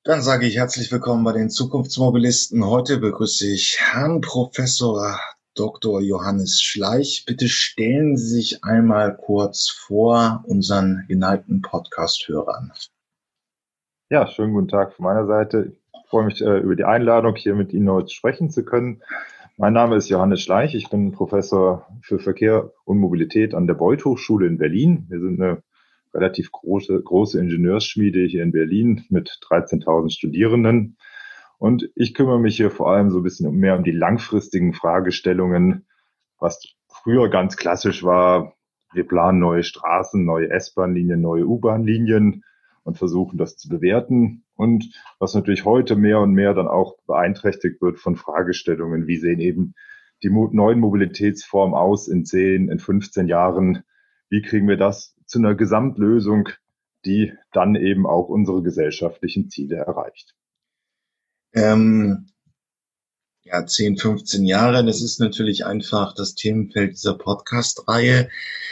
Dann sage ich herzlich willkommen bei den Zukunftsmobilisten. Heute begrüße ich Herrn Professor Dr. Johannes Schleich. Bitte stellen Sie sich einmal kurz vor unseren geneigten Podcast-Hörern. Ja, schönen guten Tag von meiner Seite. Ich freue mich über die Einladung, hier mit Ihnen heute sprechen zu können. Mein Name ist Johannes Schleich. Ich bin Professor für Verkehr und Mobilität an der Beuth Hochschule in Berlin. Wir sind eine relativ große Ingenieursschmiede hier in Berlin mit 13.000 Studierenden. Und ich kümmere mich hier vor allem so ein bisschen mehr um die langfristigen Fragestellungen, was früher ganz klassisch war. Wir planen neue Straßen, neue S-Bahn-Linien, neue U-Bahn-Linien und versuchen das zu bewerten. Und was natürlich heute mehr und mehr dann auch beeinträchtigt wird von Fragestellungen, wie sehen eben die neuen Mobilitätsformen aus in 10, in 15 Jahren? Wie kriegen wir das zu einer Gesamtlösung, die dann eben auch unsere gesellschaftlichen Ziele erreicht? Ja, 10, 15 Jahre, das ist natürlich einfach das Themenfeld dieser Podcast-Reihe.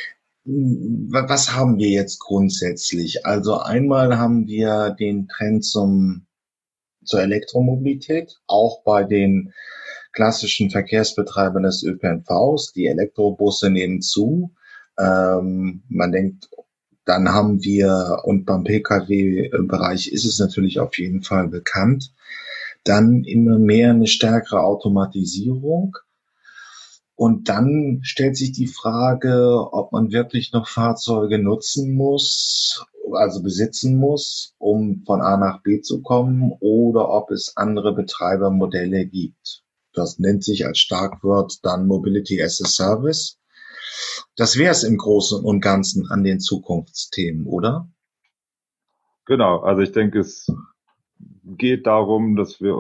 Was haben wir jetzt grundsätzlich? Also einmal haben wir den Trend zur Elektromobilität, auch bei den klassischen Verkehrsbetreibern des ÖPNVs. Die Elektrobusse nehmen zu. Man denkt, dann haben wir, und beim Pkw-Bereich ist es natürlich auf jeden Fall bekannt, dann immer mehr eine stärkere Automatisierung. Und dann stellt sich die Frage, ob man wirklich noch Fahrzeuge nutzen muss, also besitzen muss, um von A nach B zu kommen, oder ob es andere Betreibermodelle gibt. Das nennt sich als Schlagwort dann Mobility as a Service. Das wäre es im Großen und Ganzen an den Zukunftsthemen, oder? Genau, also ich denke, es geht darum, dass wir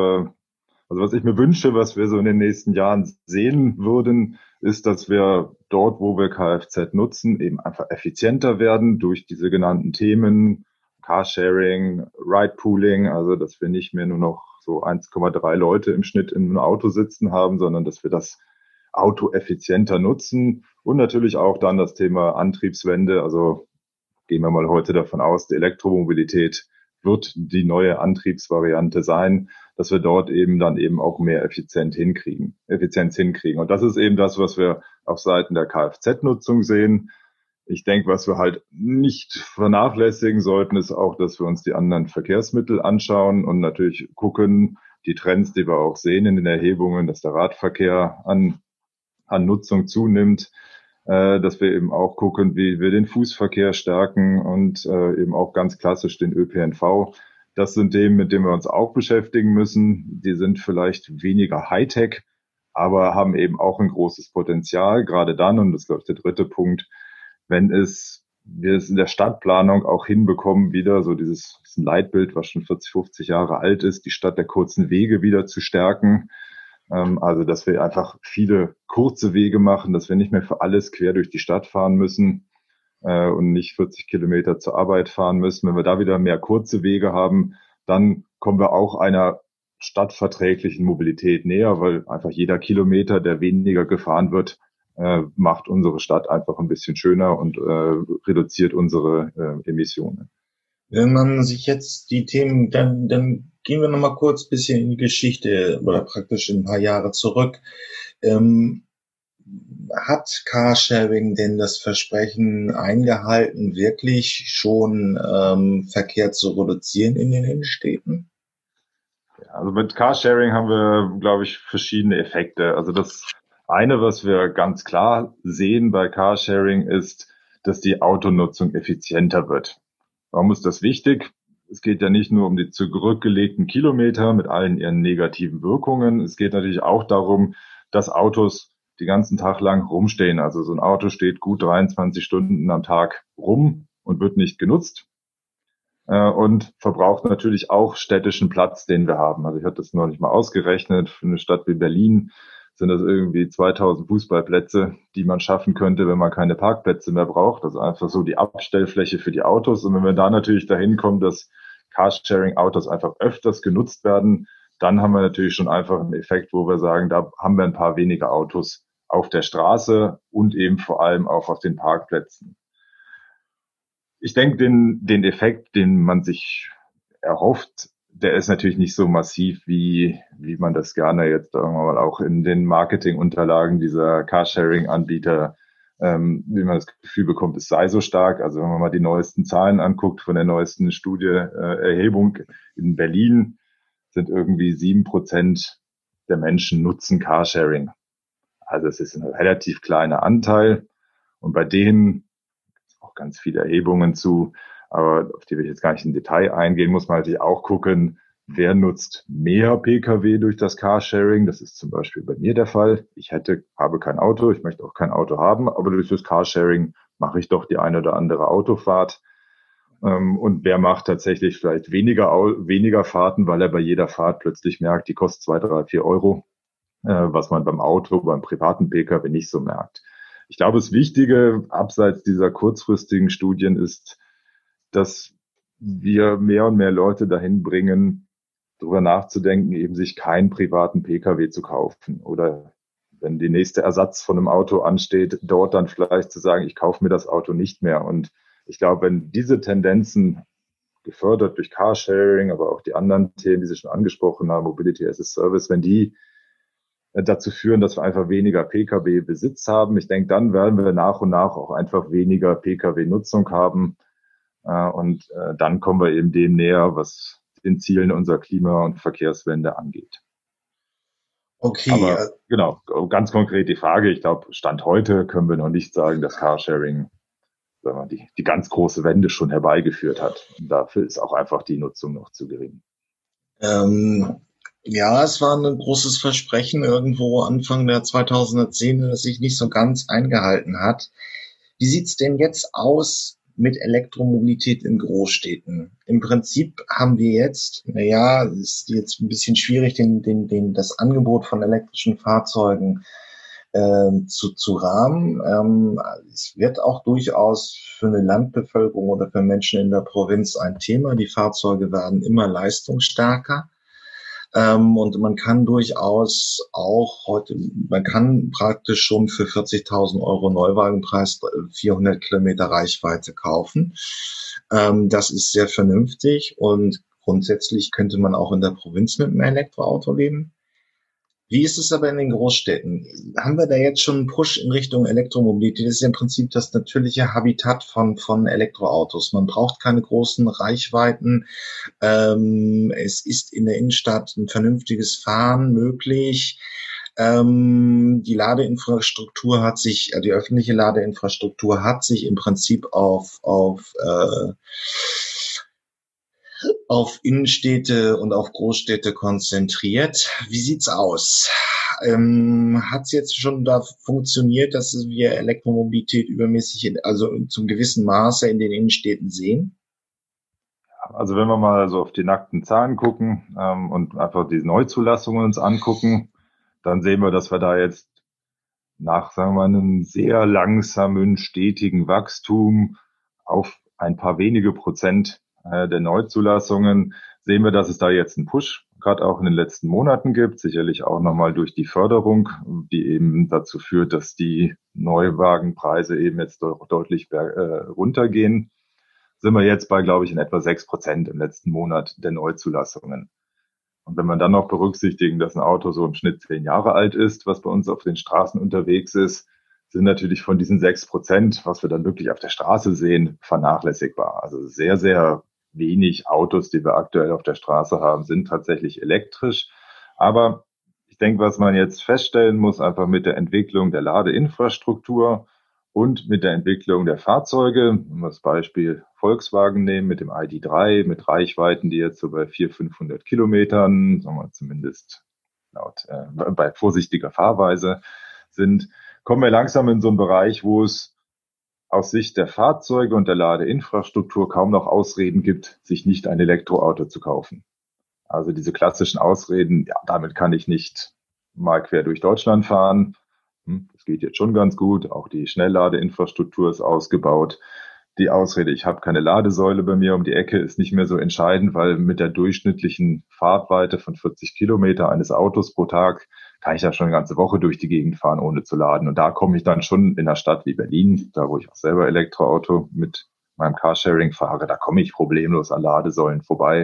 also was ich mir wünsche, was wir so in den nächsten Jahren sehen würden, ist, dass wir dort, wo wir Kfz nutzen, eben einfach effizienter werden durch diese genannten Themen, Carsharing, Ride-Pooling, also dass wir nicht mehr nur noch so 1,3 Leute im Schnitt in einem Auto sitzen haben, sondern dass wir das Auto effizienter nutzen und natürlich auch dann das Thema Antriebswende, also gehen wir mal heute davon aus, die Elektromobilität wird die neue Antriebsvariante sein, dass wir dort eben dann eben auch mehr Effizienz hinkriegen. Und das ist eben das, was wir auf Seiten der Kfz-Nutzung sehen. Ich denke, was wir halt nicht vernachlässigen sollten, ist auch, dass wir uns die anderen Verkehrsmittel anschauen und natürlich gucken, die Trends, die wir auch sehen in den Erhebungen, dass der Radverkehr an Nutzung zunimmt, dass wir eben auch gucken, wie wir den Fußverkehr stärken und eben auch ganz klassisch den ÖPNV. Das sind Themen, mit denen wir uns auch beschäftigen müssen. Die sind vielleicht weniger Hightech, aber haben eben auch ein großes Potenzial, gerade dann, und das ist, glaube ich, der dritte Punkt, wenn wir es in der Stadtplanung auch hinbekommen, wieder so dieses Leitbild, was schon 40, 50 Jahre alt ist, die Stadt der kurzen Wege wieder zu stärken. Also, dass wir einfach viele kurze Wege machen, dass wir nicht mehr für alles quer durch die Stadt fahren müssen und nicht 40 Kilometer zur Arbeit fahren müssen. Wenn wir da wieder mehr kurze Wege haben, dann kommen wir auch einer stadtverträglichen Mobilität näher, weil einfach jeder Kilometer, der weniger gefahren wird, macht unsere Stadt einfach ein bisschen schöner und reduziert unsere Emissionen. Wenn man sich jetzt die Themen, dann gehen wir noch mal kurz ein bisschen in die Geschichte oder praktisch ein paar Jahre zurück. Ähm, Hat Carsharing denn das Versprechen eingehalten, wirklich schon Verkehr zu reduzieren in den Innenstädten? Also mit Carsharing haben wir, glaube ich, verschiedene Effekte. Also das eine, was wir ganz klar sehen bei Carsharing, ist, dass die Autonutzung effizienter wird. Warum ist das wichtig? Es geht ja nicht nur um die zurückgelegten Kilometer mit allen ihren negativen Wirkungen. Es geht natürlich auch darum, dass Autos den ganzen Tag lang rumstehen. Also so ein Auto steht gut 23 Stunden am Tag rum und wird nicht genutzt und verbraucht natürlich auch städtischen Platz, den wir haben. Also ich hatte das noch nicht mal ausgerechnet. Für eine Stadt wie Berlin sind das irgendwie 2000 Fußballplätze, die man schaffen könnte, wenn man keine Parkplätze mehr braucht. Also einfach so die Abstellfläche für die Autos. Und wenn wir da natürlich dahin kommen, dass Carsharing-Autos einfach öfters genutzt werden, dann haben wir natürlich schon einfach einen Effekt, wo wir sagen, da haben wir ein paar weniger Autos auf der Straße und eben vor allem auch auf den Parkplätzen. Ich denke, den Effekt, den man sich erhofft, der ist natürlich nicht so massiv, wie man das gerne jetzt, sagen wir mal, auch in den Marketingunterlagen dieser Carsharing-Anbieter, wie man das Gefühl bekommt, es sei so stark. Also wenn man mal die neuesten Zahlen anguckt von der neuesten Erhebung in Berlin, sind irgendwie 7% der Menschen nutzen Carsharing. Also es ist ein relativ kleiner Anteil. Und bei denen auch ganz viele Erhebungen zu, aber auf die will ich jetzt gar nicht im Detail eingehen, muss man natürlich auch gucken, wer nutzt mehr Pkw durch das Carsharing. Das ist zum Beispiel bei mir der Fall. Habe kein Auto, ich möchte auch kein Auto haben, aber durch das Carsharing mache ich doch die eine oder andere Autofahrt. Und wer macht tatsächlich vielleicht weniger Fahrten, weil er bei jeder Fahrt plötzlich merkt, die kostet 2, 3, 4 Euro, was man beim Auto, beim privaten Pkw nicht so merkt. Ich glaube, das Wichtige abseits dieser kurzfristigen Studien ist, dass wir mehr und mehr Leute dahin bringen, darüber nachzudenken, eben sich keinen privaten Pkw zu kaufen oder wenn die nächste Ersatz von einem Auto ansteht, dort dann vielleicht zu sagen, ich kaufe mir das Auto nicht mehr. Und ich glaube, wenn diese Tendenzen gefördert durch Carsharing, aber auch die anderen Themen, die Sie schon angesprochen haben, Mobility as a Service, wenn die dazu führen, dass wir einfach weniger Pkw-Besitz haben. Ich denke, dann werden wir nach und nach auch einfach weniger Pkw-Nutzung haben. Und dann kommen wir eben dem näher, was den Zielen unserer Klima- und Verkehrswende angeht. Okay. Aber genau, ganz konkret die Frage. Ich glaube, Stand heute können wir noch nicht sagen, dass Carsharing, sagen wir, die ganz große Wende schon herbeigeführt hat. Und dafür ist auch einfach die Nutzung noch zu gering. Ja, es war ein großes Versprechen irgendwo Anfang der 2010er, das sich nicht so ganz eingehalten hat. Wie sieht's denn jetzt aus mit Elektromobilität in Großstädten? Im Prinzip haben wir jetzt, ist jetzt ein bisschen schwierig, das Angebot von elektrischen Fahrzeugen zu rahmen. Es wird auch durchaus für eine Landbevölkerung oder für Menschen in der Provinz ein Thema. Die Fahrzeuge werden immer leistungsstärker. Und man kann durchaus auch man kann praktisch schon für 40.000 Euro Neuwagenpreis 400 Kilometer Reichweite kaufen. Das ist sehr vernünftig und grundsätzlich könnte man auch in der Provinz mit einem Elektroauto leben. Wie ist es aber in den Großstädten? Haben wir da jetzt schon einen Push in Richtung Elektromobilität? Das ist ja im Prinzip das natürliche Habitat von Elektroautos. Man braucht keine großen Reichweiten. Es ist in der Innenstadt ein vernünftiges Fahren möglich. Die öffentliche Ladeinfrastruktur hat sich im Prinzip auf Innenstädte und auf Großstädte konzentriert. Wie sieht's aus? Hat es jetzt schon da funktioniert, dass wir Elektromobilität also zum gewissen Maße in den Innenstädten sehen? Also wenn wir mal so auf die nackten Zahlen gucken und einfach die Neuzulassungen uns angucken, dann sehen wir, dass wir da jetzt nach, sagen wir mal, einem sehr langsamen, stetigen Wachstum auf ein paar wenige Prozent der Neuzulassungen sehen wir, dass es da jetzt einen Push gerade auch in den letzten Monaten gibt, sicherlich auch nochmal durch die Förderung, die eben dazu führt, dass die Neuwagenpreise eben jetzt deutlich runtergehen, sind wir jetzt bei, glaube ich, in etwa 6% im letzten Monat der Neuzulassungen. Und wenn man dann noch berücksichtigen, dass ein Auto so im Schnitt 10 Jahre alt ist, was bei uns auf den Straßen unterwegs ist, sind natürlich von diesen 6%, was wir dann wirklich auf der Straße sehen, vernachlässigbar. Also sehr, sehr wenig Autos, die wir aktuell auf der Straße haben, sind tatsächlich elektrisch. Aber ich denke, was man jetzt feststellen muss, einfach mit der Entwicklung der Ladeinfrastruktur und mit der Entwicklung der Fahrzeuge, wenn wir das Beispiel Volkswagen nehmen mit dem ID.3, mit Reichweiten, die jetzt so bei 400, 500 Kilometern, sagen wir zumindest bei vorsichtiger Fahrweise sind, kommen wir langsam in so einen Bereich, wo es aus Sicht der Fahrzeuge und der Ladeinfrastruktur kaum noch Ausreden gibt, sich nicht ein Elektroauto zu kaufen. Also diese klassischen Ausreden, ja, damit kann ich nicht mal quer durch Deutschland fahren. Das geht jetzt schon ganz gut. Auch die Schnellladeinfrastruktur ist ausgebaut. Die Ausrede, ich habe keine Ladesäule bei mir um die Ecke, ist nicht mehr so entscheidend, weil mit der durchschnittlichen Fahrtweite von 40 Kilometer eines Autos pro Tag kann ich ja schon eine ganze Woche durch die Gegend fahren, ohne zu laden. Und da komme ich dann schon in einer Stadt wie Berlin, da wo ich auch selber Elektroauto mit meinem Carsharing fahre, da komme ich problemlos an Ladesäulen vorbei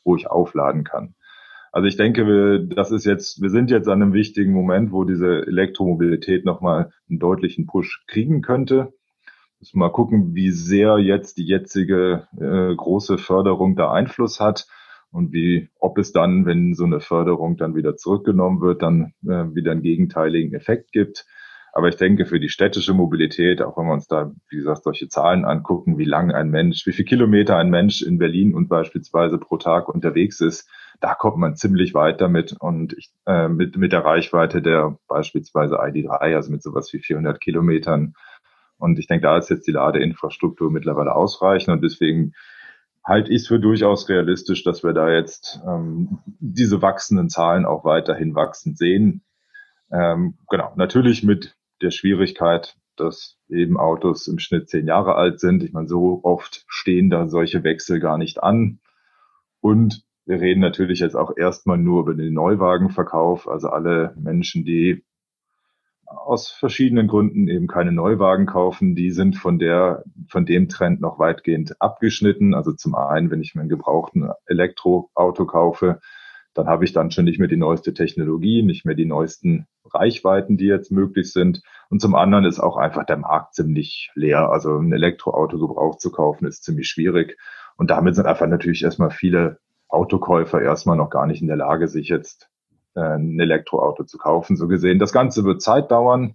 wo ich aufladen kann. Also ich denke, wir sind jetzt an einem wichtigen Moment, wo diese Elektromobilität nochmal einen deutlichen Push kriegen könnte. Müssen wir mal gucken, wie sehr jetzt die jetzige große Förderung da Einfluss hat und ob es dann, wenn so eine Förderung dann wieder zurückgenommen wird, dann wieder einen gegenteiligen Effekt gibt. Aber ich denke, für die städtische Mobilität, auch wenn wir uns da, wie gesagt, solche Zahlen angucken, wie viel Kilometer ein Mensch in Berlin und beispielsweise pro Tag unterwegs ist, da kommt man ziemlich weit damit und mit der Reichweite der beispielsweise ID.3, also mit sowas wie 400 Kilometern. Und ich denke, da ist jetzt die Ladeinfrastruktur mittlerweile ausreichend und deswegen halte ich es für durchaus realistisch, dass wir da jetzt diese wachsenden Zahlen auch weiterhin wachsend sehen. Genau, natürlich mit der Schwierigkeit, dass eben Autos im Schnitt 10 Jahre alt sind. Ich meine, so oft stehen da solche Wechsel gar nicht an. Und wir reden natürlich jetzt auch erstmal nur über den Neuwagenverkauf. Also alle Menschen, die aus verschiedenen Gründen eben keine Neuwagen kaufen, die sind von dem Trend noch weitgehend abgeschnitten. Also zum einen, wenn ich mir einen gebrauchten Elektroauto kaufe, dann habe ich dann schon nicht mehr die neueste Technologie, nicht mehr die neuesten Reichweiten, die jetzt möglich sind. Und zum anderen ist auch einfach der Markt ziemlich leer. Also ein Elektroauto gebraucht zu kaufen, ist ziemlich schwierig. Und damit sind einfach natürlich erstmal viele Autokäufer erstmal noch gar nicht in der Lage, sich jetzt ein Elektroauto zu kaufen. So gesehen, das Ganze wird Zeit dauern,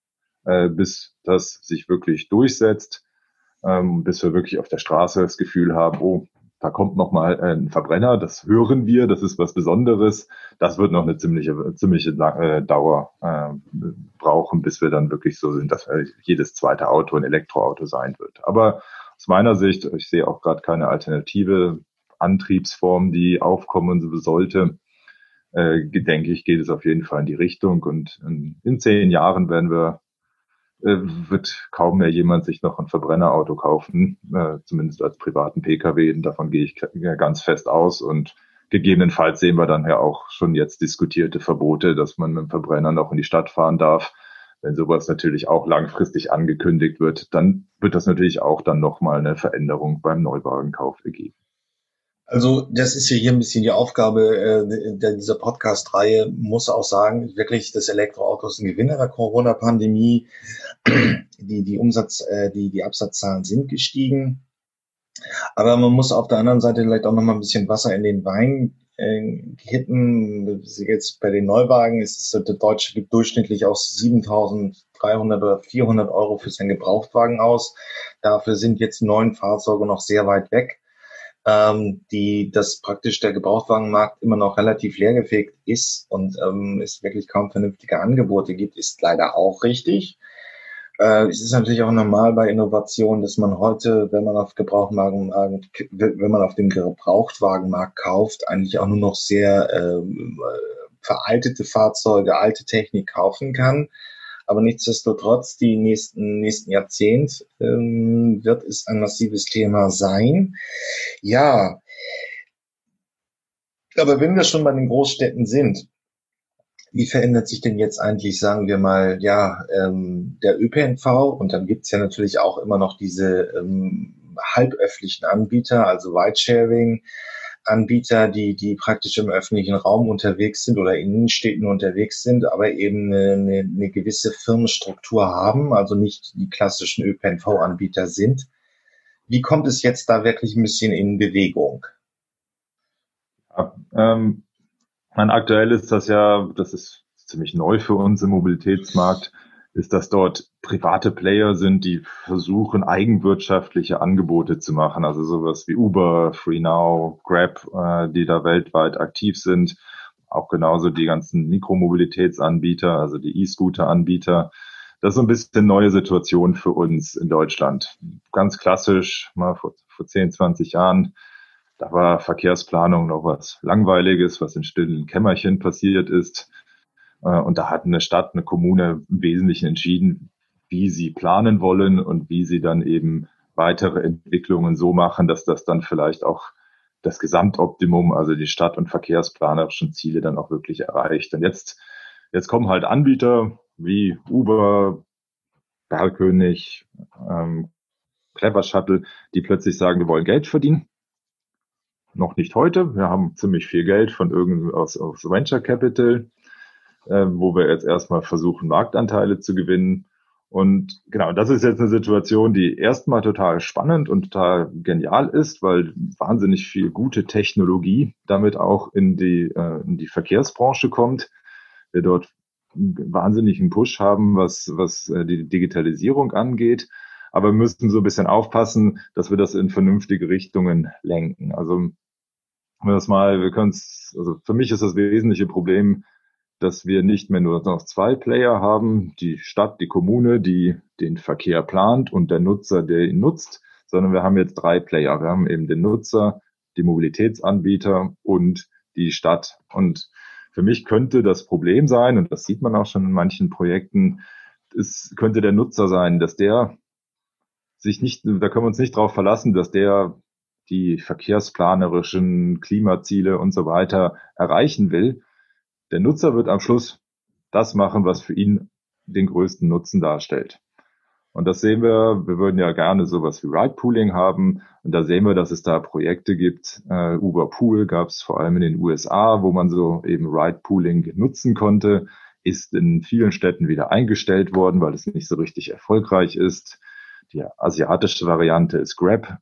bis das sich wirklich durchsetzt, bis wir wirklich auf der Straße das Gefühl haben, oh, da kommt noch mal ein Verbrenner, das hören wir, das ist was Besonderes. Das wird noch eine ziemliche Dauer brauchen, bis wir dann wirklich so sind, dass jedes zweite Auto ein Elektroauto sein wird. Aber aus meiner Sicht, ich sehe auch gerade keine alternative Antriebsform, die aufkommen sollte. Denke ich, geht es auf jeden Fall in die Richtung. Und in 10 Jahren wird kaum mehr jemand sich noch ein Verbrennerauto kaufen, zumindest als privaten Pkw. Davon gehe ich ganz fest aus. Und gegebenenfalls sehen wir dann ja auch schon jetzt diskutierte Verbote, dass man mit dem Verbrenner noch in die Stadt fahren darf. Wenn sowas natürlich auch langfristig angekündigt wird, dann wird das natürlich auch dann nochmal eine Veränderung beim Neuwagenkauf ergeben. Also das ist ja hier ein bisschen die Aufgabe dieser Podcast-Reihe, muss auch sagen, wirklich das Elektroauto ist ein Gewinner der Corona-Pandemie. Die Absatzzahlen sind gestiegen. Aber man muss auf der anderen Seite vielleicht auch noch mal ein bisschen Wasser in den Wein kippen. Jetzt bei den Neuwagen ist es, der Deutsche gibt durchschnittlich aus 7.300 oder 400 Euro für seinen Gebrauchtwagen aus. Dafür sind jetzt 9 Fahrzeuge noch sehr weit weg. Dass praktisch der Gebrauchtwagenmarkt immer noch relativ leergefegt ist und es wirklich kaum vernünftige Angebote gibt, ist leider auch richtig. Es ist natürlich auch normal bei Innovation, dass man heute, wenn man auf dem Gebrauchtwagenmarkt kauft, eigentlich auch nur noch sehr veraltete Fahrzeuge, alte Technik kaufen kann. Aber nichtsdestotrotz, die nächsten Jahrzehnt wird es ein massives Thema sein. Ja, aber wenn wir schon bei den Großstädten sind, wie verändert sich denn jetzt eigentlich, sagen wir mal, der ÖPNV? Und dann gibt's ja natürlich auch immer noch diese halböffentlichen Anbieter, also Ridesharing-Anbieter, die praktisch im öffentlichen Raum unterwegs sind oder in Innenstädten unterwegs sind, aber eben eine gewisse Firmenstruktur haben, also nicht die klassischen ÖPNV-Anbieter sind. Wie kommt es jetzt da wirklich ein bisschen in Bewegung? Ja, aktuell ist das ist ziemlich neu für uns im Mobilitätsmarkt, ist, dass dort private Player sind, die versuchen, eigenwirtschaftliche Angebote zu machen. Also sowas wie Uber, FreeNow, Grab, die da weltweit aktiv sind. Auch genauso die ganzen Mikromobilitätsanbieter, also die E-Scooter-Anbieter. Das ist so ein bisschen neue Situation für uns in Deutschland. Ganz klassisch, mal vor 10, 20 Jahren, da war Verkehrsplanung noch was Langweiliges, was in stillen Kämmerchen passiert ist. Und da hat eine Stadt, eine Kommune im Wesentlichen entschieden, wie sie planen wollen und wie sie dann eben weitere Entwicklungen so machen, dass das dann vielleicht auch das Gesamtoptimum, also die Stadt- und verkehrsplanerischen Ziele dann auch wirklich erreicht. Und jetzt kommen halt Anbieter wie Uber, Bergkönig, Clever Shuttle, die plötzlich sagen, wir wollen Geld verdienen. noch nicht heute. Wir haben ziemlich viel Geld von aus Venture Capital, wo wir jetzt erstmal versuchen, Marktanteile zu gewinnen. Und genau, das ist jetzt eine Situation, die erstmal total spannend und total genial ist, weil wahnsinnig viel gute Technologie damit auch in die Verkehrsbranche kommt. Wir dort einen wahnsinnigen Push haben, was die Digitalisierung angeht. Aber wir müssen so ein bisschen aufpassen, dass wir das in vernünftige Richtungen lenken. Also wir können es, also für mich ist das wesentliche Problem, dass wir nicht mehr nur noch zwei Player haben, die Stadt, die Kommune, die den Verkehr plant und der Nutzer, der ihn nutzt, sondern wir haben jetzt drei Player. Wir haben eben den Nutzer, die Mobilitätsanbieter und die Stadt. Und für mich könnte das Problem sein, und das sieht man auch schon in manchen Projekten, es könnte der Nutzer sein, dass der sich nicht, da können wir uns nicht darauf verlassen, dass der die verkehrsplanerischen Klimaziele und so weiter erreichen will. Der Nutzer wird am Schluss das machen, was für ihn den größten Nutzen darstellt. Und das sehen wir, wir würden ja gerne sowas wie Ride-Pooling haben. Und da sehen wir, dass es da Projekte gibt. Uber Pool gab es vor allem in den USA, wo man so eben Ride-Pooling nutzen konnte. Ist in vielen Städten wieder eingestellt worden, weil es nicht so richtig erfolgreich ist. Die asiatische Variante ist Grab.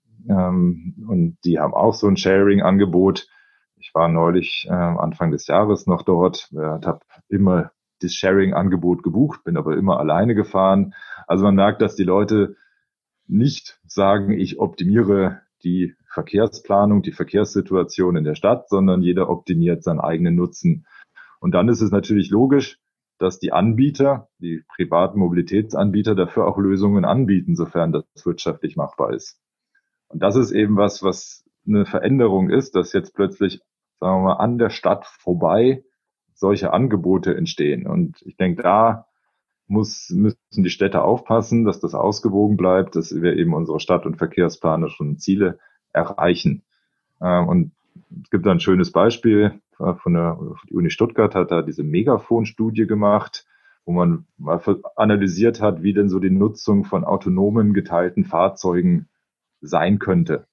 Und die haben auch so ein Sharing-Angebot. Ich war neulich Anfang des Jahres noch dort, habe immer das Sharing-Angebot gebucht, bin aber immer alleine gefahren. Also man merkt, dass die Leute nicht sagen, ich optimiere die Verkehrsplanung, die Verkehrssituation in der Stadt, sondern jeder optimiert seinen eigenen Nutzen. Und dann ist es natürlich logisch, dass die Anbieter, die privaten Mobilitätsanbieter dafür auch Lösungen anbieten, sofern das wirtschaftlich machbar ist. Und das ist eben was eine Veränderung ist, dass jetzt plötzlich, sagen wir mal, an der Stadt vorbei solche Angebote entstehen. Und ich denke, da müssen die Städte aufpassen, dass das ausgewogen bleibt, dass wir eben unsere Stadt- und verkehrsplanerischen Ziele erreichen. Und es gibt da ein schönes Beispiel die Uni Stuttgart hat da diese Megafon-Studie gemacht, wo man mal analysiert hat, wie denn so die Nutzung von autonomen geteilten Fahrzeugen sein könnte.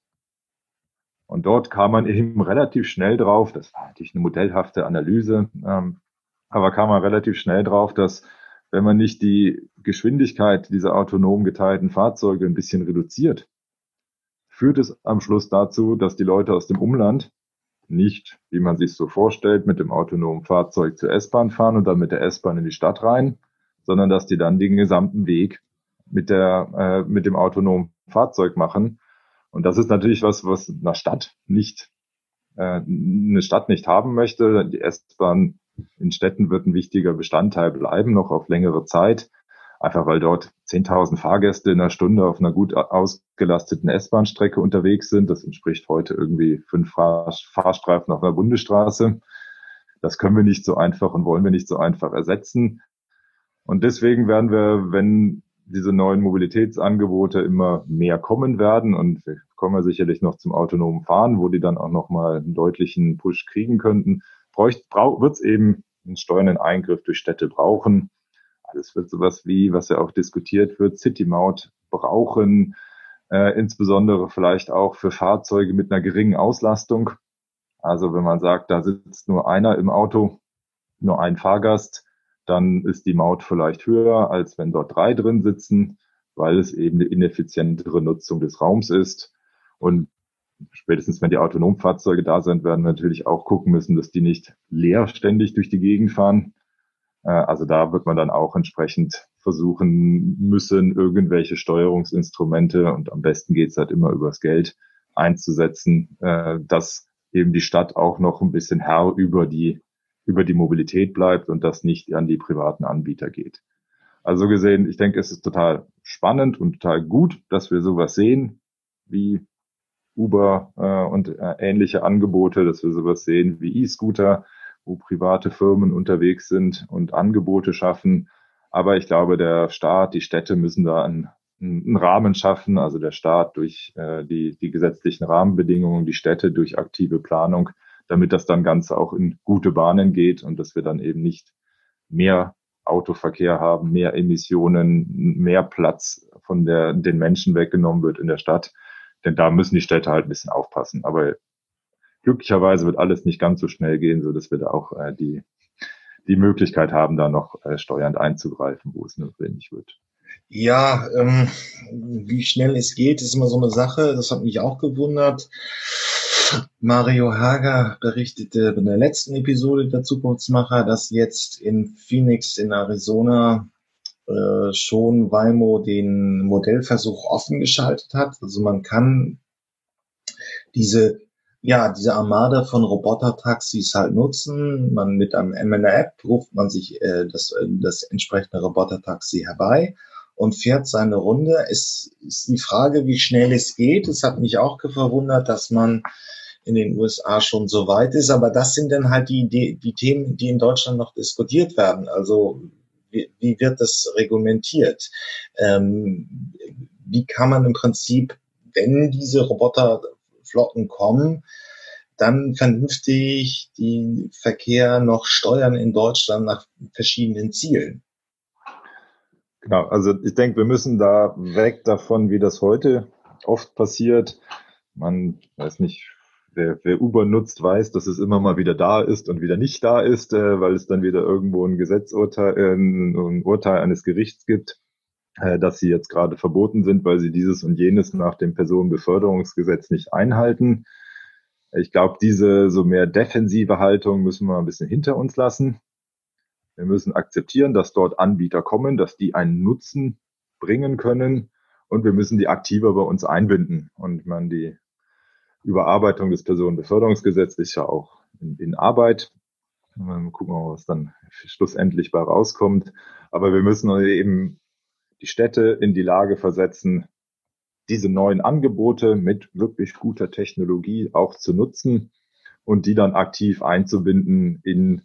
Und dort kam man eben relativ schnell drauf, das war natürlich eine modellhafte Analyse, aber kam man relativ schnell drauf, dass wenn man nicht die Geschwindigkeit dieser autonom geteilten Fahrzeuge ein bisschen reduziert, führt es am Schluss dazu, dass die Leute aus dem Umland nicht, wie man sich so vorstellt, mit dem autonomen Fahrzeug zur S-Bahn fahren und dann mit der S-Bahn in die Stadt rein, sondern dass die dann den gesamten Weg mit dem autonomen Fahrzeug machen. Und das ist natürlich was eine Stadt nicht haben möchte. Die S-Bahn in Städten wird ein wichtiger Bestandteil bleiben, noch auf längere Zeit. Einfach weil dort 10.000 Fahrgäste in einer Stunde auf einer gut ausgelasteten S-Bahn-Strecke unterwegs sind. Das entspricht heute irgendwie 5 Fahrstreifen auf einer Bundesstraße. Das können wir nicht so einfach und wollen wir nicht so einfach ersetzen. Und deswegen werden wir, wenn diese neuen Mobilitätsangebote immer mehr kommen werden, und wir kommen ja sicherlich noch zum autonomen Fahren, wo die dann auch nochmal einen deutlichen Push kriegen könnten, wird es eben einen steuernden Eingriff durch Städte brauchen. Es wird sowas wie, was ja auch diskutiert wird, City-Maut brauchen, insbesondere vielleicht auch für Fahrzeuge mit einer geringen Auslastung. Also wenn man sagt, da sitzt nur einer im Auto, nur ein Fahrgast, dann ist die Maut vielleicht höher, als wenn dort 3 drin sitzen, weil es eben eine ineffizientere Nutzung des Raums ist. Und spätestens, wenn die Autonomfahrzeuge da sind, werden wir natürlich auch gucken müssen, dass die nicht leer ständig durch die Gegend fahren. Also da wird man dann auch entsprechend versuchen müssen, irgendwelche Steuerungsinstrumente, und am besten geht's halt immer übers Geld, einzusetzen, dass eben die Stadt auch noch ein bisschen Herr über die Mobilität bleibt und das nicht an die privaten Anbieter geht. Also gesehen, ich denke, es ist total spannend und total gut, dass wir sowas sehen wie Uber und ähnliche Angebote, dass wir sowas sehen wie E-Scooter, wo private Firmen unterwegs sind und Angebote schaffen. Aber ich glaube, der Staat, die Städte müssen da einen Rahmen schaffen, also der Staat durch die gesetzlichen Rahmenbedingungen, die Städte durch aktive Planung, damit das dann Ganze auch in gute Bahnen geht und dass wir dann eben nicht mehr Autoverkehr haben, mehr Emissionen, mehr Platz von den Menschen weggenommen wird in der Stadt. Denn da müssen die Städte halt ein bisschen aufpassen. Aber glücklicherweise wird alles nicht ganz so schnell gehen, so dass wir da auch die Möglichkeit haben, da noch steuernd einzugreifen, wo es notwendig wird. Ja, wie schnell es geht, ist immer so eine Sache. Das hat mich auch gewundert. Mario Hager berichtete in der letzten Episode der Zukunftsmacher, dass jetzt in Phoenix in Arizona schon Waymo den Modellversuch offen geschaltet hat. Also man kann diese diese Armada von Robotertaxis halt nutzen. Man mit einer App ruft man sich das entsprechende Robotertaxi herbei und fährt seine Runde. Es ist die Frage, wie schnell es geht. Es hat mich auch verwundert, dass man in den USA schon so weit ist. Aber das sind dann halt die Themen, die in Deutschland noch diskutiert werden. Also wie wird das reglementiert? Wie kann man im Prinzip, wenn diese Roboterflotten kommen, dann vernünftig den Verkehr noch steuern in Deutschland nach verschiedenen Zielen? Genau, also ich denke, wir müssen da weg davon, wie das heute oft passiert. Man weiß nicht, wer Uber nutzt, weiß, dass es immer mal wieder da ist und wieder nicht da ist, weil es dann wieder irgendwo ein ein Urteil eines Gerichts gibt, dass sie jetzt gerade verboten sind, weil sie dieses und jenes nach dem Personenbeförderungsgesetz nicht einhalten. Ich glaube, diese so mehr defensive Haltung müssen wir ein bisschen hinter uns lassen. Wir müssen akzeptieren, dass dort Anbieter kommen, dass die einen Nutzen bringen können, und wir müssen die aktiver bei uns einbinden. Und man, die Überarbeitung des Personenbeförderungsgesetzes ist ja auch in Arbeit. Mal gucken, was dann schlussendlich bei rauskommt. Aber wir müssen eben die Städte in die Lage versetzen, diese neuen Angebote mit wirklich guter Technologie auch zu nutzen und die dann aktiv einzubinden in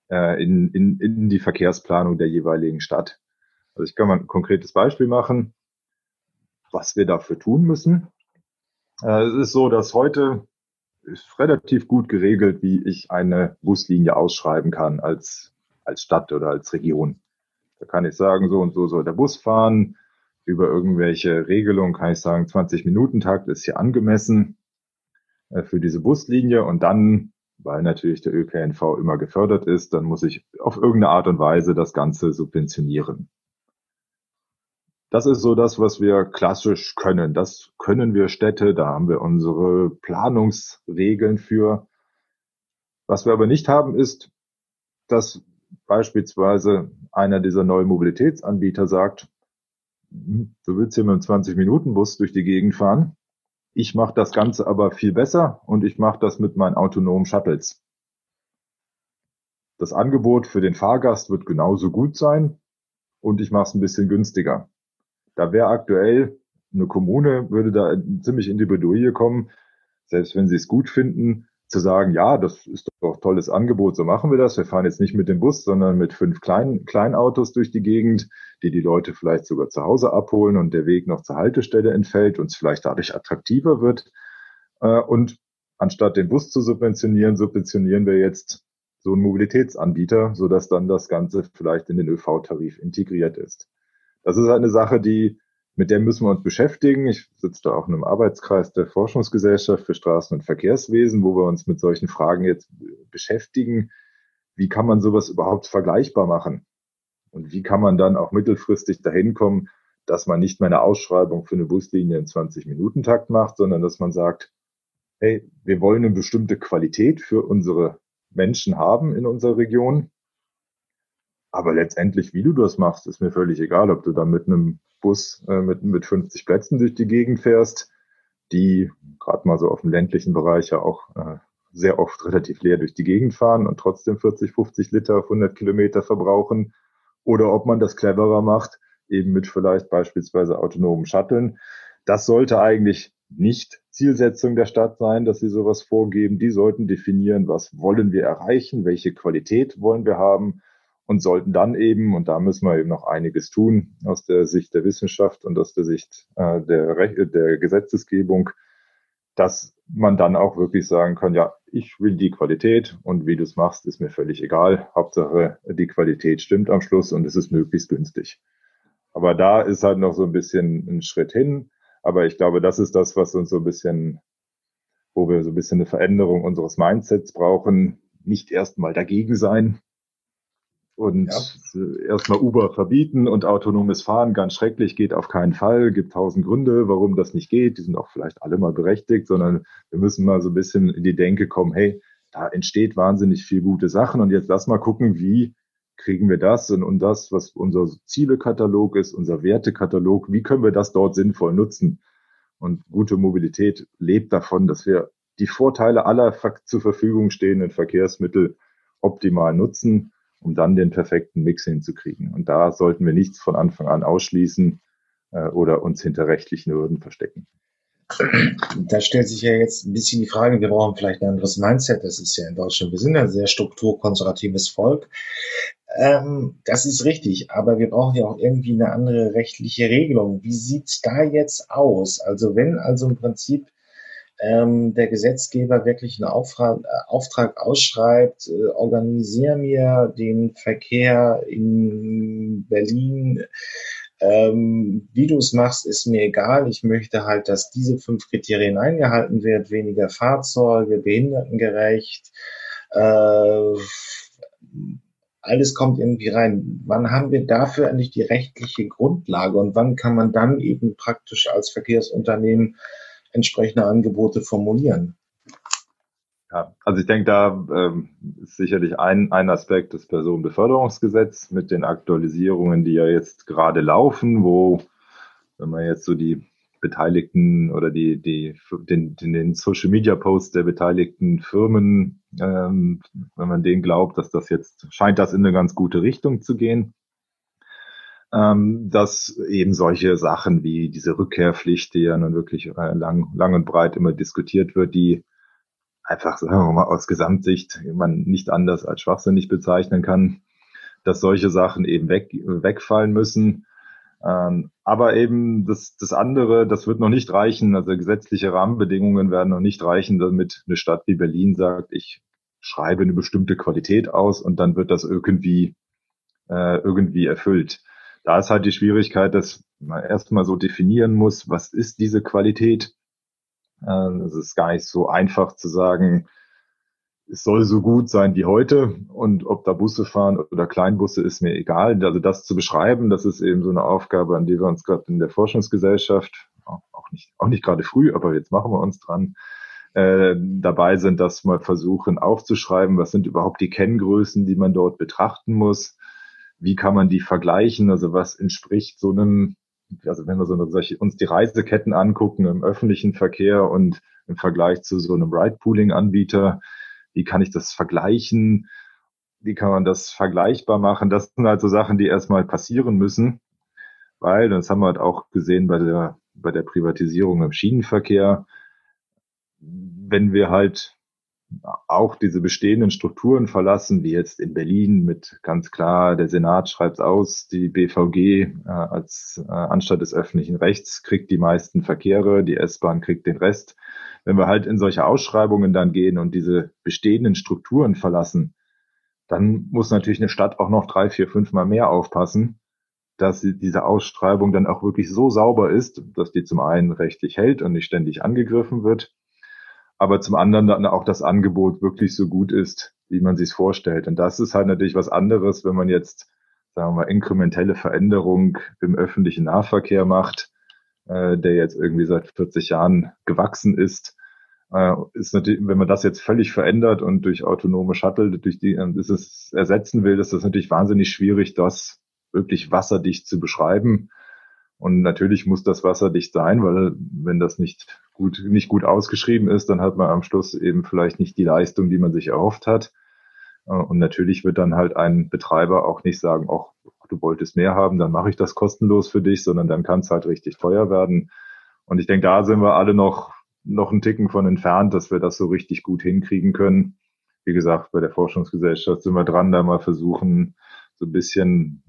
die Verkehrsplanung der jeweiligen Stadt. Also ich kann mal ein konkretes Beispiel machen, was wir dafür tun müssen. Es ist so, dass heute ist relativ gut geregelt, wie ich eine Buslinie ausschreiben kann als Stadt oder als Region. Da kann ich sagen, so und so soll der Bus fahren. Über irgendwelche Regelungen kann ich sagen, 20-Minuten-Takt ist hier angemessen für diese Buslinie, und dann, weil natürlich der ÖPNV immer gefördert ist, dann muss ich auf irgendeine Art und Weise das Ganze subventionieren. Das ist so das, was wir klassisch können. Das können wir Städte, da haben wir unsere Planungsregeln für. Was wir aber nicht haben, ist, dass beispielsweise einer dieser neuen Mobilitätsanbieter sagt, du willst hier mit einem 20-Minuten-Bus durch die Gegend fahren. Ich mache das Ganze aber viel besser und ich mache das mit meinen autonomen Shuttles. Das Angebot für den Fahrgast wird genauso gut sein und ich mache es ein bisschen günstiger. Da wäre aktuell eine Kommune, würde da ziemlich in die Bredouille kommen, selbst wenn sie es gut finden, zu sagen, ja, das ist doch ein tolles Angebot, so machen wir das. Wir fahren jetzt nicht mit dem Bus, sondern mit 5 Kleinautos durch die Gegend, die Leute vielleicht sogar zu Hause abholen und der Weg noch zur Haltestelle entfällt und es vielleicht dadurch attraktiver wird. Und anstatt den Bus zu subventionieren, subventionieren wir jetzt so einen Mobilitätsanbieter, sodass dann das Ganze vielleicht in den ÖV-Tarif integriert ist. Das ist halt eine Sache, mit der müssen wir uns beschäftigen. Ich sitze da auch in einem Arbeitskreis der Forschungsgesellschaft für Straßen- und Verkehrswesen, wo wir uns mit solchen Fragen jetzt beschäftigen. Wie kann man sowas überhaupt vergleichbar machen? Und wie kann man dann auch mittelfristig dahin kommen, dass man nicht mehr eine Ausschreibung für eine Buslinie im 20-Minuten-Takt macht, sondern dass man sagt, hey, wir wollen eine bestimmte Qualität für unsere Menschen haben in unserer Region. Aber letztendlich, wie du das machst, ist mir völlig egal, ob du da mit einem Bus mit 50 Plätzen durch die Gegend fährst, die gerade mal so auf dem ländlichen Bereich ja auch sehr oft relativ leer durch die Gegend fahren und trotzdem 40, 50 Liter auf 100 Kilometer verbrauchen. Oder ob man das cleverer macht, eben mit vielleicht beispielsweise autonomen Shuttlen. Das sollte eigentlich nicht Zielsetzung der Stadt sein, dass sie sowas vorgeben. Die sollten definieren, was wollen wir erreichen, welche Qualität wollen wir haben, und sollten dann eben, und da müssen wir eben noch einiges tun aus der Sicht der Wissenschaft und aus der Sicht der Gesetzesgebung, dass man dann auch wirklich sagen kann, ja, ich will die Qualität und wie du es machst, ist mir völlig egal. Hauptsache, die Qualität stimmt am Schluss und es ist möglichst günstig. Aber da ist halt noch so ein bisschen ein Schritt hin. Aber ich glaube, das ist das, was uns so ein bisschen wo wir so ein bisschen eine Veränderung unseres Mindsets brauchen. Nicht erstmal dagegen sein Ja. und erstmal Uber verbieten und autonomes Fahren ganz schrecklich, geht auf keinen Fall, gibt 1000 Gründe, warum das nicht geht. Die sind auch vielleicht alle mal berechtigt, sondern wir müssen mal so ein bisschen in die Denke kommen, hey, da entsteht wahnsinnig viel gute Sachen und jetzt lass mal gucken, wie kriegen wir das und das, was unser Zielekatalog ist, unser Wertekatalog, wie können wir das dort sinnvoll nutzen? Und gute Mobilität lebt davon, dass wir die Vorteile aller zur Verfügung stehenden Verkehrsmittel optimal nutzen, um dann den perfekten Mix hinzukriegen. Und da sollten wir nichts von Anfang an ausschließen oder uns hinter rechtlichen Hürden verstecken. Da stellt sich ja jetzt ein bisschen die Frage, wir brauchen vielleicht ein anderes Mindset. Das ist ja in Deutschland, wir sind ein sehr strukturkonservatives Volk. Das ist richtig, aber wir brauchen ja auch irgendwie eine andere rechtliche Regelung. Wie sieht's da jetzt aus? Also wenn also im Prinzip der Gesetzgeber wirklich einen Auftrag ausschreibt, organisiere mir den Verkehr in Berlin, wie du es machst, ist mir egal. Ich möchte halt, dass diese 5 Kriterien eingehalten wird, weniger Fahrzeuge, behindertengerecht, äh, alles kommt irgendwie rein. Wann haben wir dafür eigentlich die rechtliche Grundlage und wann kann man dann eben praktisch als Verkehrsunternehmen entsprechende Angebote formulieren? Ja, also ich denke, da ist sicherlich ein Aspekt das Personenbeförderungsgesetz mit den Aktualisierungen, die ja jetzt gerade laufen, wo, wenn man jetzt so die Beteiligten oder den Social Media Posts der beteiligten Firmen, wenn man denen glaubt, dass das jetzt scheint das in eine ganz gute Richtung zu gehen, dass eben solche Sachen wie diese Rückkehrpflicht, die ja nun wirklich lang und breit immer diskutiert wird, die einfach, sagen wir mal, aus Gesamtsicht man nicht anders als schwachsinnig bezeichnen kann, dass solche Sachen eben wegfallen müssen. Aber eben das andere, das wird noch nicht reichen. Also gesetzliche Rahmenbedingungen werden noch nicht reichen, damit eine Stadt wie Berlin sagt, ich schreibe eine bestimmte Qualität aus und dann wird das irgendwie erfüllt. Da ist halt die Schwierigkeit, dass man erstmal so definieren muss, was ist diese Qualität? Es ist gar nicht so einfach zu sagen, es soll so gut sein wie heute und ob da Busse fahren oder Kleinbusse ist mir egal. Also das zu beschreiben, das ist eben so eine Aufgabe, an die wir uns gerade in der Forschungsgesellschaft, auch nicht gerade früh, aber jetzt machen wir uns dran, dabei sind, das mal versuchen aufzuschreiben, was sind überhaupt die Kenngrößen, die man dort betrachten muss, wie kann man die vergleichen, also was entspricht so einem, also wenn wir uns die Reiseketten angucken im öffentlichen Verkehr und im Vergleich zu so einem Ride-Pooling-Anbieter, wie kann ich das vergleichen? Wie kann man das vergleichbar machen? Das sind halt so Sachen, die erstmal passieren müssen, weil, das haben wir halt auch gesehen bei der Privatisierung im Schienenverkehr, wenn wir halt auch diese bestehenden Strukturen verlassen, wie jetzt in Berlin mit ganz klar, der Senat schreibt aus, die BVG als Anstalt des öffentlichen Rechts kriegt die meisten Verkehre, die S-Bahn kriegt den Rest. Wenn wir halt in solche Ausschreibungen dann gehen und diese bestehenden Strukturen verlassen, dann muss natürlich eine Stadt auch noch 3, 4, 5 Mal mehr aufpassen, dass diese Ausschreibung dann auch wirklich so sauber ist, dass die zum einen rechtlich hält und nicht ständig angegriffen wird, aber zum anderen dann auch das Angebot wirklich so gut ist, wie man sich es vorstellt. Und das ist halt natürlich was anderes, wenn man jetzt, sagen wir mal, inkrementelle Veränderung im öffentlichen Nahverkehr macht, der jetzt irgendwie seit 40 Jahren gewachsen ist natürlich, wenn man das jetzt völlig verändert und durch autonome Shuttle, ist es ersetzen will, ist das natürlich wahnsinnig schwierig, das wirklich wasserdicht zu beschreiben. Und natürlich muss das wasserdicht sein, weil wenn das nicht gut ausgeschrieben ist, dann hat man am Schluss eben vielleicht nicht die Leistung, die man sich erhofft hat. Und natürlich wird dann halt ein Betreiber auch nicht sagen, ach, du wolltest mehr haben, dann mache ich das kostenlos für dich, sondern dann kann es halt richtig teuer werden. Und ich denke, da sind wir alle noch einen Ticken von entfernt, dass wir das so richtig gut hinkriegen können. Wie gesagt, bei der Forschungsgesellschaft sind wir dran, da mal versuchen, so ein bisschen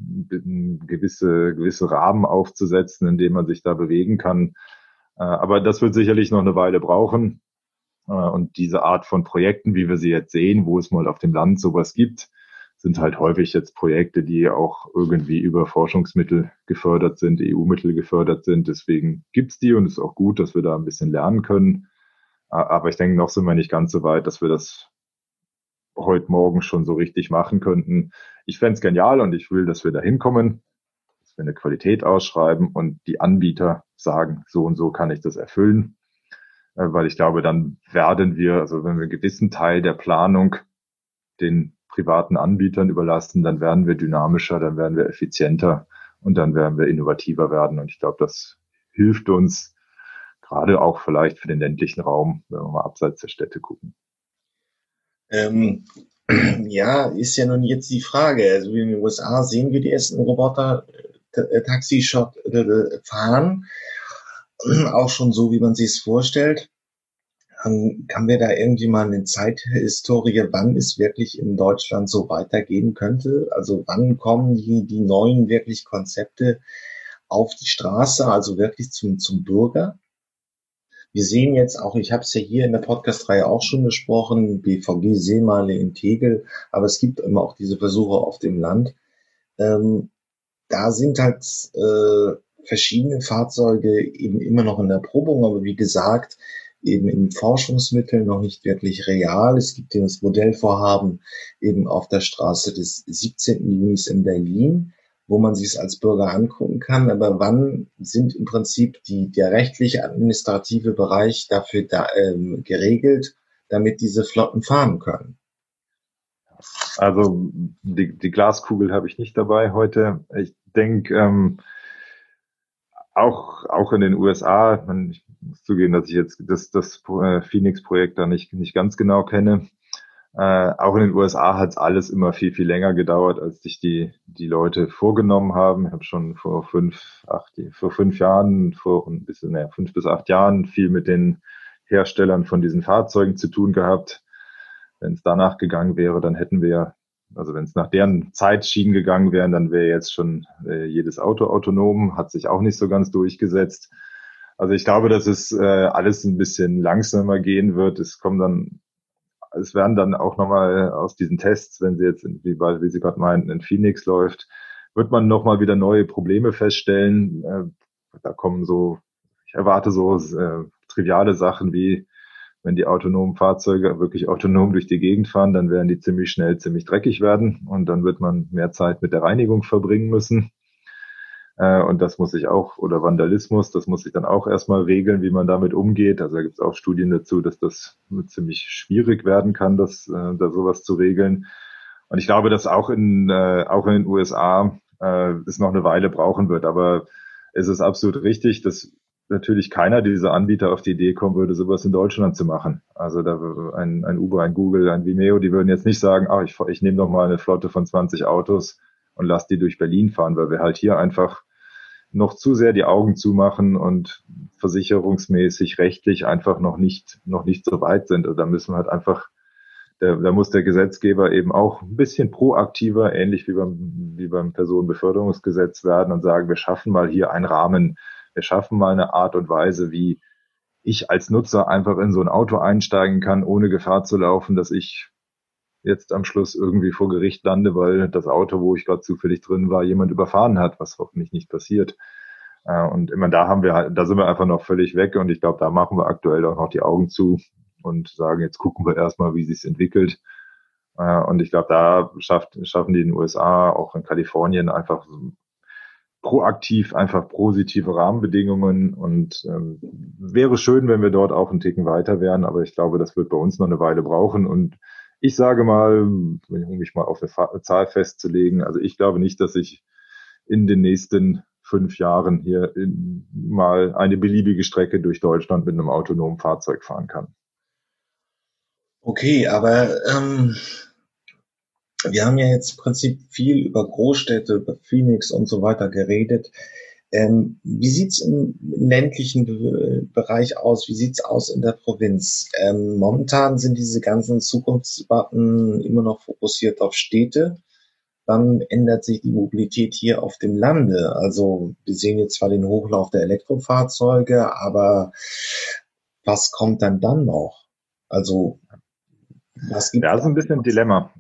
gewisse Rahmen aufzusetzen, in denen man sich da bewegen kann. Aber das wird sicherlich noch eine Weile brauchen. Und diese Art von Projekten, wie wir sie jetzt sehen, wo es mal auf dem Land sowas gibt, sind halt häufig jetzt Projekte, die auch irgendwie über Forschungsmittel gefördert sind, EU-Mittel gefördert sind. Deswegen gibt's die und es ist auch gut, dass wir da ein bisschen lernen können. Aber ich denke, noch sind wir nicht ganz so weit, dass wir das heute Morgen schon so richtig machen könnten. Ich fände es genial und ich will, dass wir da hinkommen, dass wir eine Qualität ausschreiben und die Anbieter sagen, so und so kann ich das erfüllen. Weil ich glaube, dann werden wir, also wenn wir einen gewissen Teil der Planung den privaten Anbietern überlassen, dann werden wir dynamischer, dann werden wir effizienter und dann werden wir innovativer werden. Und ich glaube, das hilft uns gerade auch vielleicht für den ländlichen Raum, wenn wir mal abseits der Städte gucken. Ähm, ja, ist ja nun jetzt die Frage. Also in den USA sehen wir die ersten Roboter-Taxi-Shop fahren, auch schon so, wie man sich es vorstellt. Kann wir da irgendwie mal eine Zeithistorie, wann es wirklich in Deutschland so weitergehen könnte? Also wann kommen die neuen wirklich Konzepte auf die Straße, also wirklich zum Bürger? Wir sehen jetzt auch, ich habe es ja hier in der Podcast-Reihe auch schon besprochen, BVG-Seemale in Tegel, aber es gibt immer auch diese Versuche auf dem Land. Ähm, Da sind halt verschiedene Fahrzeuge eben immer noch in der Erprobung, aber wie gesagt, eben im Forschungsmittel noch nicht wirklich real. Es gibt eben das Modellvorhaben eben auf der Straße des 17. Junis in Berlin, wo man sich es als Bürger angucken kann. Aber wann sind im Prinzip der rechtliche administrative Bereich dafür geregelt, damit diese Flotten fahren können? Also die Glaskugel habe ich nicht dabei heute. Ich denke, auch in den USA, ich muss zugeben, dass ich jetzt das Phoenix-Projekt da nicht ganz genau kenne. Auch in den USA hat alles immer viel, viel länger gedauert, als sich die Leute vorgenommen haben. Ich habe schon vor 5 Jahren, vor ein bisschen, 5 bis 8 Jahren viel mit den Herstellern von diesen Fahrzeugen zu tun gehabt. Wenn es danach gegangen wäre, dann hätten wir, also wenn es nach deren Zeitschienen gegangen wären, dann wäre jetzt schon jedes Auto autonom, hat sich auch nicht so ganz durchgesetzt. Also ich glaube, dass es alles ein bisschen langsamer gehen wird. Es werden dann auch nochmal aus diesen Tests, wenn sie jetzt, wie Sie gerade meinten, in Phoenix läuft, wird man nochmal wieder neue Probleme feststellen. Da kommen so, ich erwarte so triviale Sachen wie, wenn die autonomen Fahrzeuge wirklich autonom durch die Gegend fahren, dann werden die ziemlich schnell ziemlich dreckig werden und dann wird man mehr Zeit mit der Reinigung verbringen müssen. Und das muss sich auch, oder Vandalismus, das muss sich dann auch erstmal regeln, wie man damit umgeht. Also da gibt es auch Studien dazu, dass das ziemlich schwierig werden kann, da sowas zu regeln. Und ich glaube, dass auch in den USA es noch eine Weile brauchen wird. Aber es ist absolut richtig, dass natürlich keiner dieser Anbieter auf die Idee kommen würde, sowas in Deutschland zu machen. Also da ein Uber, ein Google, ein Vimeo, die würden jetzt nicht sagen, ich nehme doch mal eine Flotte von 20 Autos und lass die durch Berlin fahren, weil wir halt hier einfach noch zu sehr die Augen zumachen und versicherungsmäßig, rechtlich einfach noch nicht so weit sind. Also da müssen wir halt einfach, da muss der Gesetzgeber eben auch ein bisschen proaktiver, ähnlich wie beim Personenbeförderungsgesetz werden und sagen, wir schaffen mal hier einen Rahmen, wir schaffen mal eine Art und Weise, wie ich als Nutzer einfach in so ein Auto einsteigen kann, ohne Gefahr zu laufen, dass ich jetzt am Schluss irgendwie vor Gericht lande, weil das Auto, wo ich gerade zufällig drin war, jemand überfahren hat, was hoffentlich nicht passiert. Und immer da sind wir einfach noch völlig weg und ich glaube, da machen wir aktuell auch noch die Augen zu und sagen, jetzt gucken wir erstmal, wie sich's entwickelt. Und ich glaube, da schaffen die in den USA, auch in Kalifornien einfach so proaktiv einfach positive Rahmenbedingungen und wäre schön, wenn wir dort auch einen Ticken weiter wären, aber ich glaube, das wird bei uns noch eine Weile brauchen und ich sage mal, um mich mal auf eine Zahl festzulegen, also ich glaube nicht, dass ich in den nächsten 5 Jahren hier mal eine beliebige Strecke durch Deutschland mit einem autonomen Fahrzeug fahren kann. Okay, aber wir haben ja jetzt im Prinzip viel über Großstädte, über Phoenix und so weiter geredet. Wie sieht's im ländlichen Bereich aus? Wie sieht's aus in der Provinz? Momentan sind diese ganzen Zukunftsdebatten immer noch fokussiert auf Städte. Dann ändert sich die Mobilität hier auf dem Lande. Also wir sehen jetzt zwar den Hochlauf der Elektrofahrzeuge, aber was kommt dann noch? Also was Ja, gibt's das ist da? ein bisschen ein Dilemma.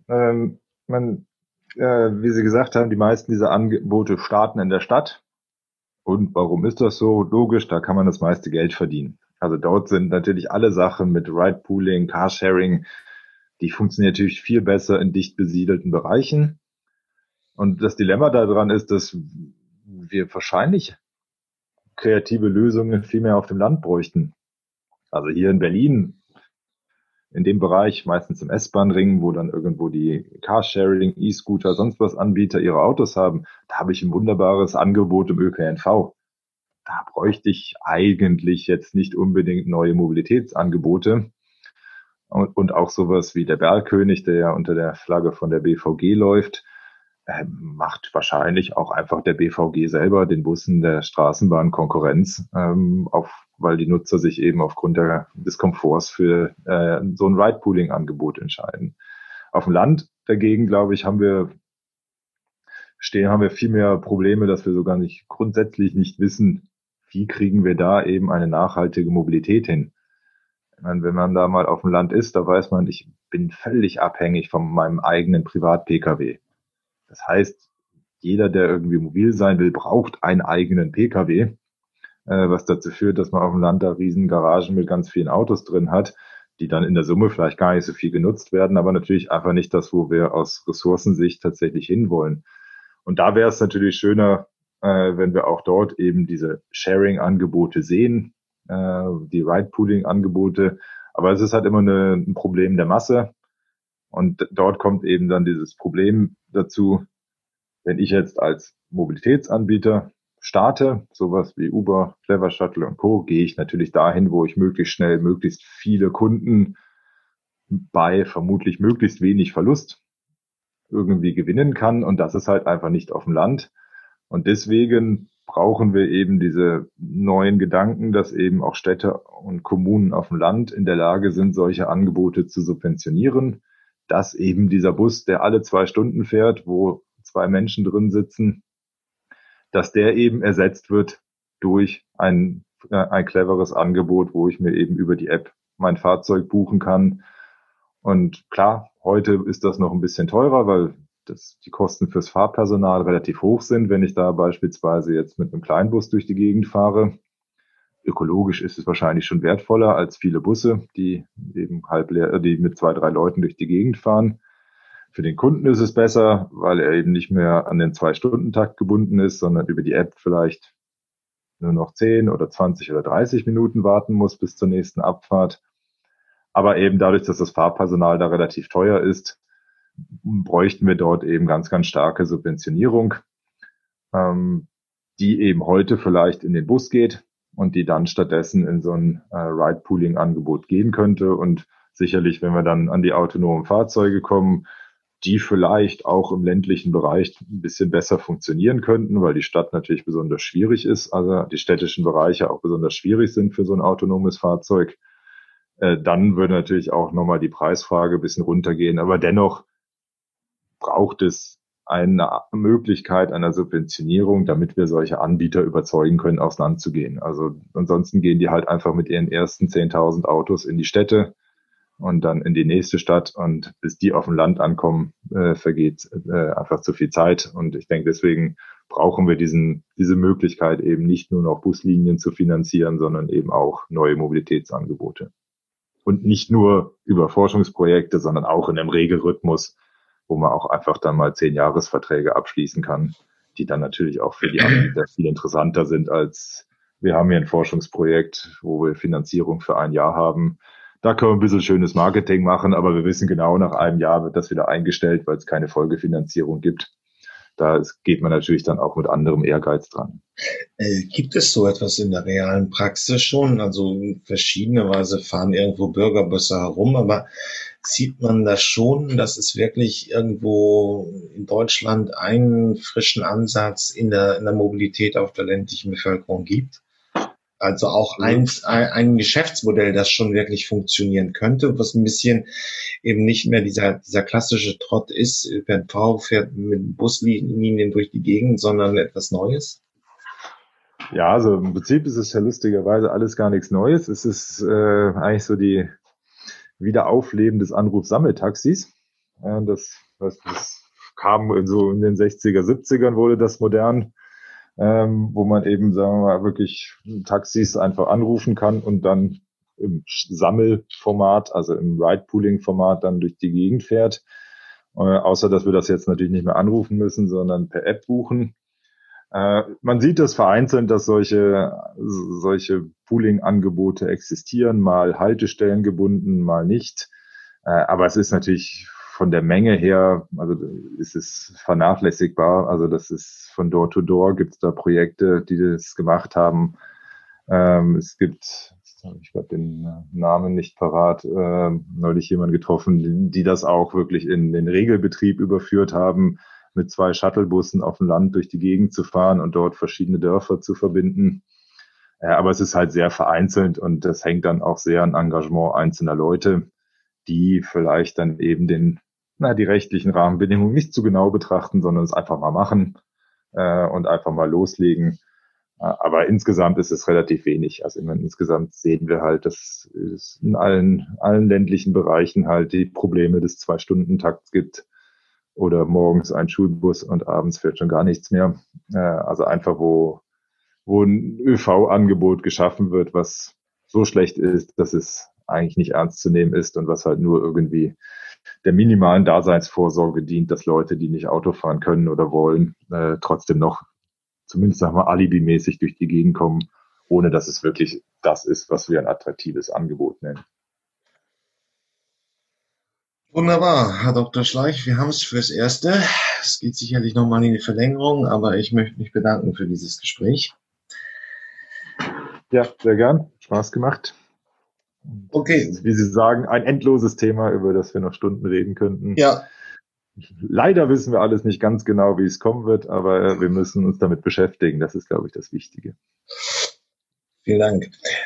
Wie Sie gesagt haben, die meisten dieser Angebote starten in der Stadt. Und warum ist das so? Logisch, da kann man das meiste Geld verdienen. Also dort sind natürlich alle Sachen mit Ride-Pooling, Carsharing, die funktionieren natürlich viel besser in dicht besiedelten Bereichen. Und das Dilemma daran ist, dass wir wahrscheinlich kreative Lösungen viel mehr auf dem Land bräuchten. Also hier in Berlin, in dem Bereich, meistens im S-Bahn-Ring, wo dann irgendwo die Carsharing, E-Scooter, sonst was Anbieter ihre Autos haben, da habe ich ein wunderbares Angebot im ÖPNV. Da bräuchte ich eigentlich jetzt nicht unbedingt neue Mobilitätsangebote. Und auch sowas wie der Bergkönig, der ja unter der Flagge von der BVG läuft, macht wahrscheinlich auch einfach der BVG selber, den Bussen der Straßenbahn Konkurrenz, weil die Nutzer sich eben aufgrund des Komforts für so ein Ride-Pooling-Angebot entscheiden. Auf dem Land dagegen, glaube ich, haben wir viel mehr Probleme, dass wir sogar nicht grundsätzlich nicht wissen, wie kriegen wir da eben eine nachhaltige Mobilität hin. Ich meine, wenn man da mal auf dem Land ist, da weiß man, ich bin völlig abhängig von meinem eigenen Privat-Pkw. Das heißt, jeder, der irgendwie mobil sein will, braucht einen eigenen Pkw, was dazu führt, dass man auf dem Land da riesen Garagen mit ganz vielen Autos drin hat, die dann in der Summe vielleicht gar nicht so viel genutzt werden, aber natürlich einfach nicht das, wo wir aus Ressourcensicht tatsächlich hinwollen. Und da wäre es natürlich schöner, wenn wir auch dort eben diese Sharing-Angebote sehen, die Ride-Pooling-Angebote. Aber es ist halt immer ein Problem der Masse. Und dort kommt eben dann dieses Problem dazu, wenn ich jetzt als Mobilitätsanbieter starte, sowas wie Uber, Clever Shuttle und Co., gehe ich natürlich dahin, wo ich möglichst schnell möglichst viele Kunden bei vermutlich möglichst wenig Verlust irgendwie gewinnen kann. Und das ist halt einfach nicht auf dem Land. Und deswegen brauchen wir eben diese neuen Gedanken, dass eben auch Städte und Kommunen auf dem Land in der Lage sind, solche Angebote zu subventionieren, dass eben dieser Bus, der alle 2 Stunden fährt, wo 2 Menschen drin sitzen, dass der eben ersetzt wird durch ein cleveres Angebot, wo ich mir eben über die App mein Fahrzeug buchen kann. Und klar, heute ist das noch ein bisschen teurer, weil die Kosten fürs Fahrpersonal relativ hoch sind, wenn ich da beispielsweise jetzt mit einem Kleinbus durch die Gegend fahre. Ökologisch ist es wahrscheinlich schon wertvoller als viele Busse, die eben halb leer, die mit 2, 3 Leuten durch die Gegend fahren. Für den Kunden ist es besser, weil er eben nicht mehr an den 2-Stunden-Takt gebunden ist, sondern über die App vielleicht nur noch 10 oder 20 oder 30 Minuten warten muss bis zur nächsten Abfahrt. Aber eben dadurch, dass das Fahrpersonal da relativ teuer ist, bräuchten wir dort eben ganz, ganz starke Subventionierung, die eben heute vielleicht in den Bus geht und die dann stattdessen in so ein Ride-Pooling-Angebot gehen könnte. Und sicherlich, wenn wir dann an die autonomen Fahrzeuge kommen, die vielleicht auch im ländlichen Bereich ein bisschen besser funktionieren könnten, weil die Stadt natürlich besonders schwierig ist, also die städtischen Bereiche auch besonders schwierig sind für so ein autonomes Fahrzeug, dann würde natürlich auch nochmal die Preisfrage ein bisschen runtergehen. Aber dennoch braucht es eine Möglichkeit einer Subventionierung, damit wir solche Anbieter überzeugen können, aufs Land zu gehen. Also ansonsten gehen die halt einfach mit ihren ersten 10.000 Autos in die Städte und dann in die nächste Stadt, und bis die auf dem Land ankommen, vergeht einfach zu viel Zeit. Und ich denke, deswegen brauchen wir diese Möglichkeit, eben nicht nur noch Buslinien zu finanzieren, sondern eben auch neue Mobilitätsangebote. Und nicht nur über Forschungsprojekte, sondern auch in einem Regelrhythmus, wo man auch einfach dann mal 10-Jahresverträge abschließen kann, die dann natürlich auch für die Anbieter viel interessanter sind als wir haben hier ein Forschungsprojekt, wo wir Finanzierung für ein Jahr haben. Da können wir ein bisschen schönes Marketing machen, aber wir wissen genau, nach einem Jahr wird das wieder eingestellt, weil es keine Folgefinanzierung gibt. Da geht man natürlich dann auch mit anderem Ehrgeiz dran. Gibt es so etwas in der realen Praxis schon? Also in verschiedener Weise fahren irgendwo Bürgerbusse herum, aber sieht man das schon, dass es wirklich irgendwo in Deutschland einen frischen Ansatz in der Mobilität auf der ländlichen Bevölkerung gibt? Also auch ein Geschäftsmodell, das schon wirklich funktionieren könnte, was ein bisschen eben nicht mehr dieser klassische Trott ist, ÖPNV fährt mit Buslinien durch die Gegend, sondern etwas Neues? Ja, also im Prinzip ist es ja lustigerweise alles gar nichts Neues. Es ist eigentlich so die Wiederaufleben des Anrufsammeltaxis. Das kam so in den 60er, 70ern wurde das modern. wo man eben, sagen wir mal, wirklich Taxis einfach anrufen kann und dann im Sammelformat, also im Ride-Pooling-Format dann durch die Gegend fährt. Außer, dass wir das jetzt natürlich nicht mehr anrufen müssen, sondern per App buchen. Man sieht das vereinzelt, dass solche Pooling-Angebote existieren, mal Haltestellen gebunden, mal nicht. Aber es ist natürlich von der Menge her, also ist es vernachlässigbar. Also das ist von Door to Door, gibt es da Projekte, die das gemacht haben. Es gibt, ich habe den Namen nicht parat, neulich jemand getroffen, die das auch wirklich in den Regelbetrieb überführt haben, mit 2 Shuttlebussen auf dem Land durch die Gegend zu fahren und dort verschiedene Dörfer zu verbinden. Aber es ist halt sehr vereinzelt und das hängt dann auch sehr an Engagement einzelner Leute, die vielleicht dann eben die rechtlichen Rahmenbedingungen nicht zu genau betrachten, sondern es einfach mal machen und einfach mal loslegen. Aber insgesamt ist es relativ wenig. Also insgesamt sehen wir halt, dass es in allen ländlichen Bereichen halt die Probleme des 2-Stunden-Takts gibt oder morgens ein Schulbus und abends fährt schon gar nichts mehr. Also einfach, wo ein ÖV-Angebot geschaffen wird, was so schlecht ist, dass es eigentlich nicht ernst zu nehmen ist und was halt nur irgendwie der minimalen Daseinsvorsorge dient, dass Leute, die nicht Auto fahren können oder wollen, trotzdem noch zumindest, sagen wir, alibimäßig durch die Gegend kommen, ohne dass es wirklich das ist, was wir ein attraktives Angebot nennen. Wunderbar, Herr Dr. Schleich, wir haben es fürs Erste. Es geht sicherlich nochmal in die Verlängerung, aber ich möchte mich bedanken für dieses Gespräch. Ja, sehr gern. Spaß gemacht. Okay. Wie Sie sagen, ein endloses Thema, über das wir noch Stunden reden könnten. Ja. Leider wissen wir alles nicht ganz genau, wie es kommen wird, aber wir müssen uns damit beschäftigen. Das ist, glaube ich, das Wichtige. Vielen Dank.